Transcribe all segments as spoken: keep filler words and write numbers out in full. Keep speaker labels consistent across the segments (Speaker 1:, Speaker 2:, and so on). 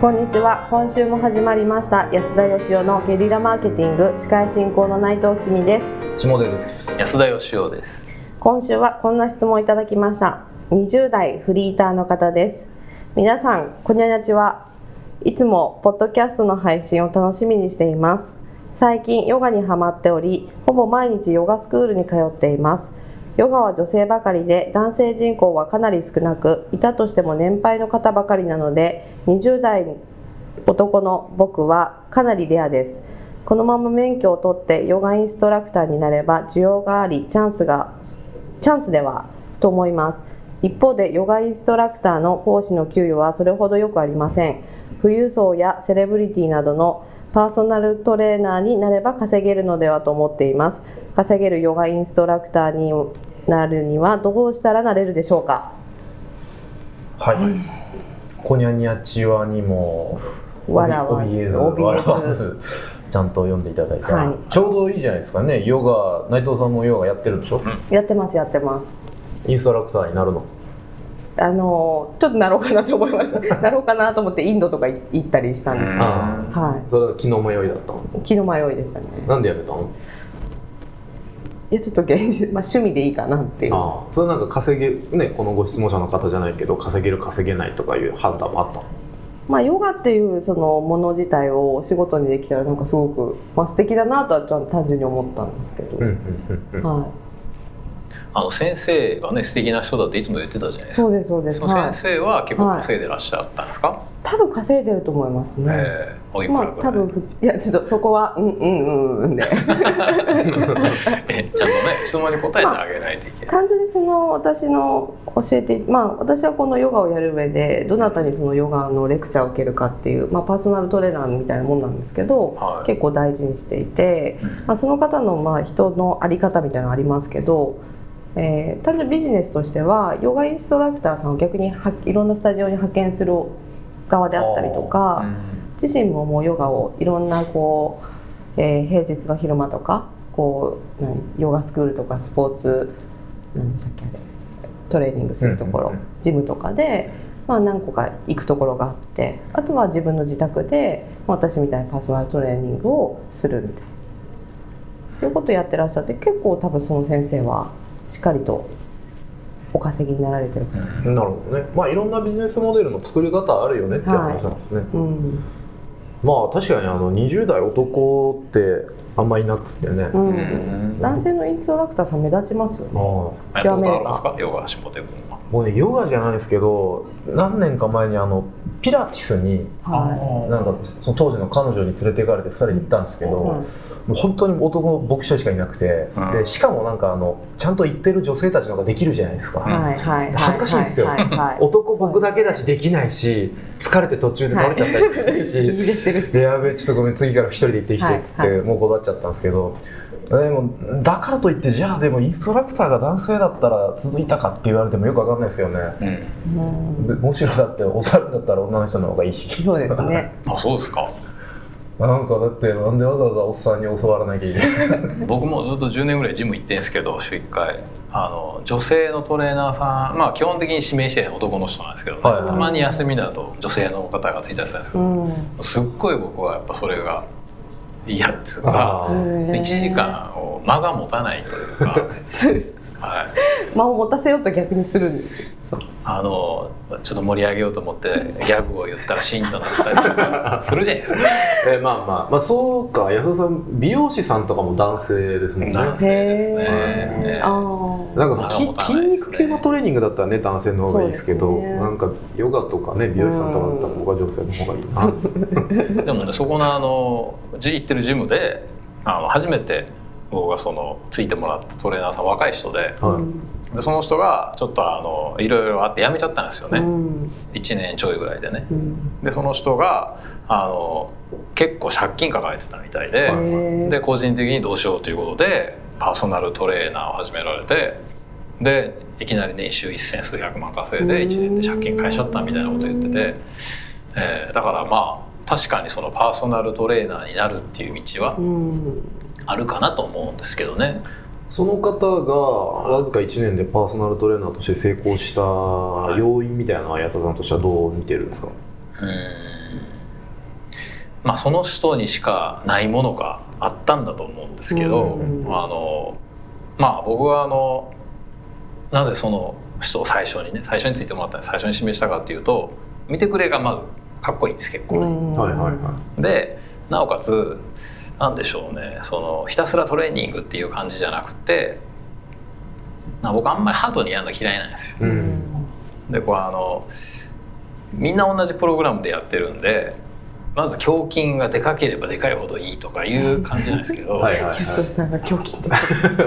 Speaker 1: こんにちは。今週も始まりました安田義雄のゲリラマーケティング、司会進行の内藤きみです。
Speaker 2: 下出です。
Speaker 3: 安田義雄です。
Speaker 1: 今週はこんな質問をいただきました。にじゅう代フリーターの方です。皆さんこにゃにゃちは。いつもポッドキャストの配信を楽しみにしています。最近ヨガにハマっており、ほぼ毎日ヨガスクールに通っています。ヨガは女性ばかりで男性人口はかなり少なく、いたとしても年配の方ばかりなので、にじゅう代男の僕はかなりレアです。このまま免許を取ってヨガインストラクターになれば需要があり、チャンスがチャンスではと思います。一方でヨガインストラクターの講師の給与はそれほどよくありません。富裕層やセレブリティなどのパーソナルトレーナーになれば稼げるのではと思っています。稼げるヨガインストラクターになるにはどうしたらなれるでしょうか。
Speaker 2: はい、こにゃにゃちはにも
Speaker 1: 笑わず
Speaker 2: 笑わずちゃんと読んでいただいて、はい、ちょうどいいじゃないですかね。ヨガ、内藤さんもヨガやってるでしょ。
Speaker 1: やってますやってます。
Speaker 2: インストラクターになるの？
Speaker 1: あのちょっとなろうかなと思いましたなろうかなと思ってインドとか行ったりしたんですけど、はい、
Speaker 2: それは気の迷いだったの？
Speaker 1: 気の迷いでしたね。
Speaker 2: なんでやめたの？
Speaker 1: いやちょっと現実、まあ、趣味でいいかなっていう。
Speaker 2: ああ、それなんか稼げ、ね、このご質問者の方じゃないけど稼げる稼げないとかいう判断もあったの？
Speaker 1: まあ、ヨガっていうそのもの自体をお仕事にできたらなんかすごく、まあ、素敵だなとは単純に思ったんですけど、うんうんうんうん、はい、あ
Speaker 3: の先生がね素敵な人だっていつも言ってたじゃないですか。
Speaker 1: そうですそうです。
Speaker 3: その先生は結構稼いでらっしゃったんですか？はい、
Speaker 1: 多分稼いでると思いますね。
Speaker 3: えー、おいくらぐらい？まあ、多
Speaker 1: 分いやちょっとそこはうんうんうんで
Speaker 3: えちゃんとね質問に答えてあげないといけない、
Speaker 1: まあ、単純にその私の教えて、まあ、私はこのヨガをやる上でどなたにそのヨガのレクチャーを受けるかっていう、まあ、パーソナルトレーナーみたいなもんなんですけど、はい、結構大事にしていて、まあ、その方のまあ人の在り方みたいなのありますけど、えー、単純にビジネスとしてはヨガインストラクターさんを逆にはいろんなスタジオに派遣する側であったりとか、うん、自身ももうヨガをいろんなこう、えー、平日の昼間とかこう何ヨガスクールとかスポーツ何でしたっけあれトレーニングするところ、うんうんうん、ジムとかで、まあ、何個か行くところがあって、あとは自分の自宅で私みたいなパーソナルトレーニングをするみたいなそういうことをやってらっしゃって、結構多分その先生はしっかりとお稼ぎになられてるかな、
Speaker 2: うん、なるほどね。まあいろんなビジネスモデルの作り方あるよねっていう話なんですね、はい、うん、まあ確かにあのにじゅう代男ってあんまりいなくてね、うんうん、
Speaker 1: 男性のインストラクターさん目立ちますよね。
Speaker 3: ああ、やったことあるんですか？ヨガ下手君は。
Speaker 2: もうねヨガじゃないですけど何年か前にあのピラティスに、はい、なんかその当時の彼女に連れて行かれてふたりで行ったんですけど、うん、もう本当に男僕一人しかいなくて、うん、でしかもなんかあのちゃんと行ってる女性たちの方ができるじゃないですか、はいはい、恥ずかしいんですよ、はいはいはい、男僕だけだしできないし疲れて途中で倒れちゃったりしてるし、はい、でやべちょっとごめん次から一人で行ってきてって、はいはい、もう断っちゃったんですけど、でもだからといってじゃあでもインストラクターが男性だったら続いたかって言われてもよくわかんないですけどね、うん、むしろだって教わるんだったら女の人の方がいいし。
Speaker 1: そうですね
Speaker 3: あ、そうですか。
Speaker 2: なんかだってなんでわざわざおっさんに教わらなきゃいけない
Speaker 3: 僕もずっとじゅうねんぐらいジム行ってるんですけど、週いっかいあの女性のトレーナーさん、まあ基本的に指名して男の人なんですけどね、はいはい、たまに休みだと女性の方がついたりするんですけど、うん、すっごい僕はやっぱそれが嫌っていうかいちじかんを間が持たないというかはい、
Speaker 1: 間を持たせようと逆にするんですよ。
Speaker 3: あのちょっと盛り上げようと思ってギャグを言ったらシーンとなったりとかするじゃないですか
Speaker 2: えまあまあ、まあ、そうか。安田さん美容師さんとかも男性ですもんね。
Speaker 3: 男性ですね、えー、
Speaker 2: あなんか筋、ね、筋肉系のトレーニングだったらね男性の方がいいですけど、ね、なんかヨガとかね美容師さんとかだったら僕は女性の方がいいな
Speaker 3: でもねそこのあの行ってるジムであの初めて僕がそのついてもらったトレーナーさん若い人で、はい、でその人がちょっとあのいろいろあって辞めちゃったんですよね、うん、いちねんちょいぐらいでね、うん、でその人があの結構借金抱えてたみたいで、で個人的にどうしようということでパーソナルトレーナーを始められて、でいきなり年収一千数百万稼いでいちねんで借金返しちゃったみたいなことを言ってて、えー、だからまあ確かにそのパーソナルトレーナーになるっていう道はあるかなと思うんですけどね。
Speaker 2: その方がわずかいちねんでパーソナルトレーナーとして成功した要因みたいなのは安田さんとしてはどう見てるんですか？
Speaker 3: うーんまあ、その人にしかないものがあったんだと思うんですけど、うん、あのまあ僕はあのなぜその人を最初にね最初についてもらった最初に指名したかっていうと、見てくれがまずかっこいいんです結構ね、うんはいはいはい、でなおかつなんでしょうね、そのひたすらトレーニングっていう感じじゃなくて、僕あんまりハードにやるの嫌いなんですよ、うん、でこれあのみんな同じプログラムでやってるんで、まず胸筋がでかければでかいほどいいとかいう感じなんですけどはいはい、はい、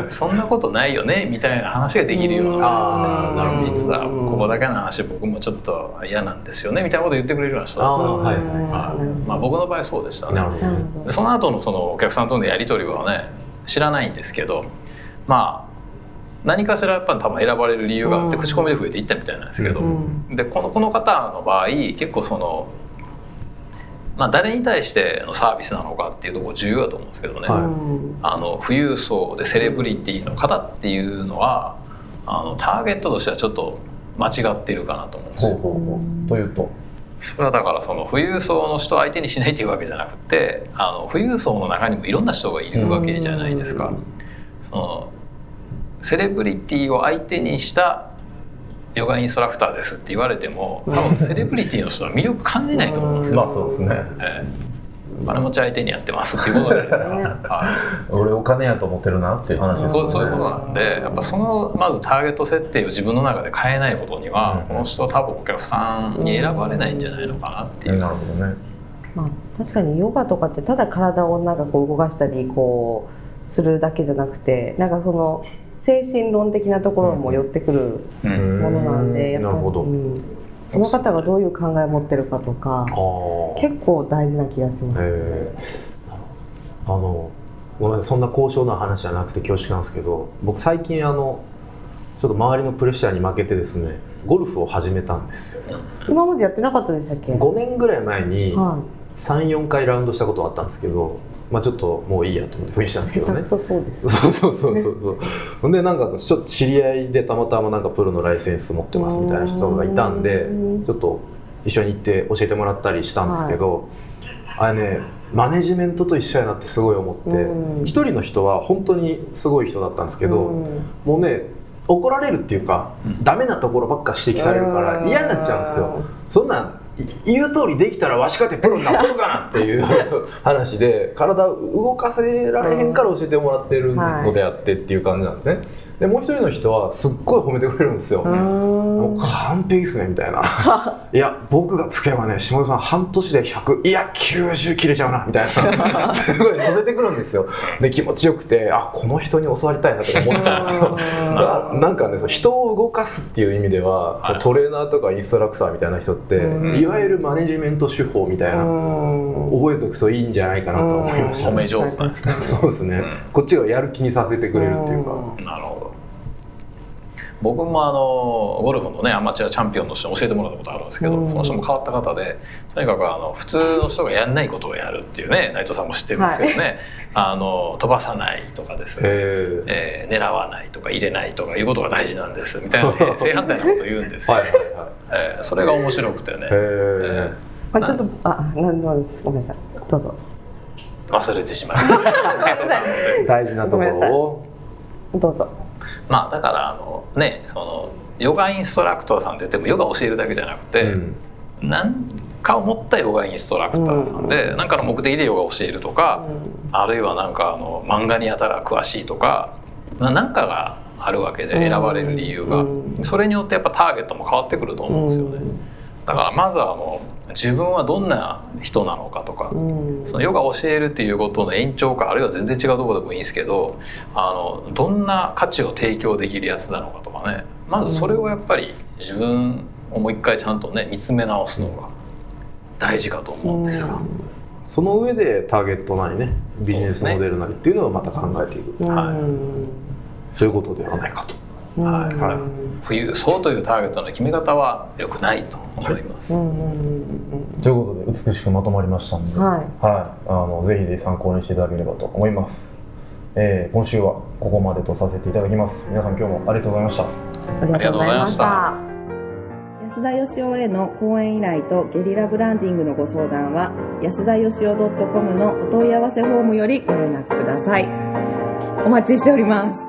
Speaker 3: そんなことないよねみたいな話ができるような、実はここだけの話僕もちょっと嫌なんですよねみたいなことを言ってくれるような人だったので、はいはいはいまあ、僕の場合そうでしたね。でその後のそのお客さんとのやり取りはね知らないんですけど、まあ何かしらやっぱり多分選ばれる理由があって口コミで増えていったみたいなんですけど、でこの、この方の場合結構そのまあ、誰に対してのサービスなのかっていうところ重要だと思うんですけどね、はい、あの富裕層でセレブリティの方っていうのはあのターゲットとしてはちょっと間違っているかなと思うんですよ。ほうほうほうというと、それはだからその富裕層の人を相手にしないというわけじゃなくて、あの富裕層の中にもいろんな人がいるわけじゃないですか。そのセレブリティを相手にしたヨガインストラクターですって言われても多分セレブリティの人は魅力感じないと思うんですよ。
Speaker 2: まあそうですね、
Speaker 3: えー、金持ち相手にやってますっていうことじゃないですか、はい、
Speaker 2: 俺お金やと思ってるなっていう話ですね。
Speaker 3: そう、そういうことなんで、やっぱそのまずターゲット設定を自分の中で変えないことには、うん、この人は多分お客さんに選ばれないんじゃないのかなっていう、うん、なるほどね。
Speaker 1: まあ、確かにヨガとかってただ体をなんかこう動かしたりこうするだけじゃなくて、なんかその精神論的なところも寄ってくるものなんで、やっぱり、うん、その方がどういう考えを持ってるかとか結構大事な気がします。
Speaker 2: あのごめんなさい、そんな高尚な話じゃなくて恐縮なんですけど、僕最近あのちょっと周りのプレッシャーに負けてですね、ゴルフを始めたんですよ。
Speaker 1: 今までやってなかったでしたっけ？
Speaker 2: ごねんぐらい前にさん、よんかいラウンドしたことがあったんですけど、まあ、ちょっともういいやと思って封印したんですけどね。
Speaker 1: そうそうですよ。
Speaker 2: そうそうそうそうそう。でなんかちょっと知り合いでたまたまなんかプロのライセンス持ってますみたいな人がいたんで、ちょっと一緒に行って教えてもらったりしたんですけど、はい、あれねマネジメントと一緒やなってすごい思って、一人の人は本当にすごい人だったんですけど、もうね怒られるっていうか、ダメなところばっか指摘されるから嫌になっちゃうんですよ。そんなん言う通りできたらわしかてプロになっとるかなっていう話で、体動かせられへんから教えてもらってるのであってっていう感じなんですね。でもう一人の人はすっごい褒めてくれるんですよ。もう完璧ですねみたいな。いや僕がつけばね下田さん半年でひゃく、いやきゅうじゅう切れちゃうなみたいなすごい乗せてくるんですよ。で気持ちよくて、あこの人に教わりたいなとか思っちゃうなんかね、人を動かすっていう意味では、はい、トレーナーとかインストラクターみたいな人っていわゆるマネジメント手法みたいな覚えておくといいんじゃないかなと思いました。
Speaker 3: 褒め上手なんですね。
Speaker 2: そうですね、うん、こっちがやる気にさせてくれるっていうか。
Speaker 3: なるほど。僕もあのゴルフのねアマチュアチャンピオンとして教えてもらったことあるんですけど、うん、その人も変わった方で、とにかくあの普通の人がやんないことをやるっていうね、内藤さんも知ってるんですけどね、はい、あの飛ばさないとかですね、えー、狙わないとか入れないとかいうことが大事なんですみたいな、ね、正反対なことを言うんですよ。はいはいはい、えー、それが面白くてね、え
Speaker 1: ー、あちょっとあなんでもです、ごめんなさい、どうぞ。
Speaker 3: 忘れてしまいました
Speaker 2: 大事なところを
Speaker 1: どうぞ。
Speaker 3: まあだからあのね、そのヨガインストラクターさんって言ってもヨガ教えるだけじゃなくて、うん、何かを持ったヨガインストラクターさんで、うん、何かの目的でヨガを教えるとか、うん、あるいはなんかあの漫画にやたら詳しいとか何かがあるわけで選ばれる理由が、うん、それによってやっぱターゲットも変わってくると思うんですよね。だからまずはあの自分はどんな人なのかとか、うん、そのヨガを教えるっていうことの延長か、あるいは全然違うところでもいいんですけど、あのどんな価値を提供できるやつなのかとかね、まずそれをやっぱり自分をもう一回ちゃんとね見つめ直すのが大事かと思うんですが、うん、
Speaker 2: その上でターゲットなりねビジネスモデルなりっていうのをまた考えていく、はい、そういうことではないかと。
Speaker 3: はいはい、富裕層というターゲットの決め方は良くないと思います、はい、
Speaker 2: ということで美しくまとまりましたので、はいはい、あのぜひぜひ参考にしていただければと思います、えー、今週はここまでとさせていただきます。皆さん今日もありがとうございました。
Speaker 1: ありがとうございました。 安田義雄への講演依頼とゲリラブランディングのご相談は安田義雄 .com のお問い合わせフォームよりご連絡ください。お待ちしております。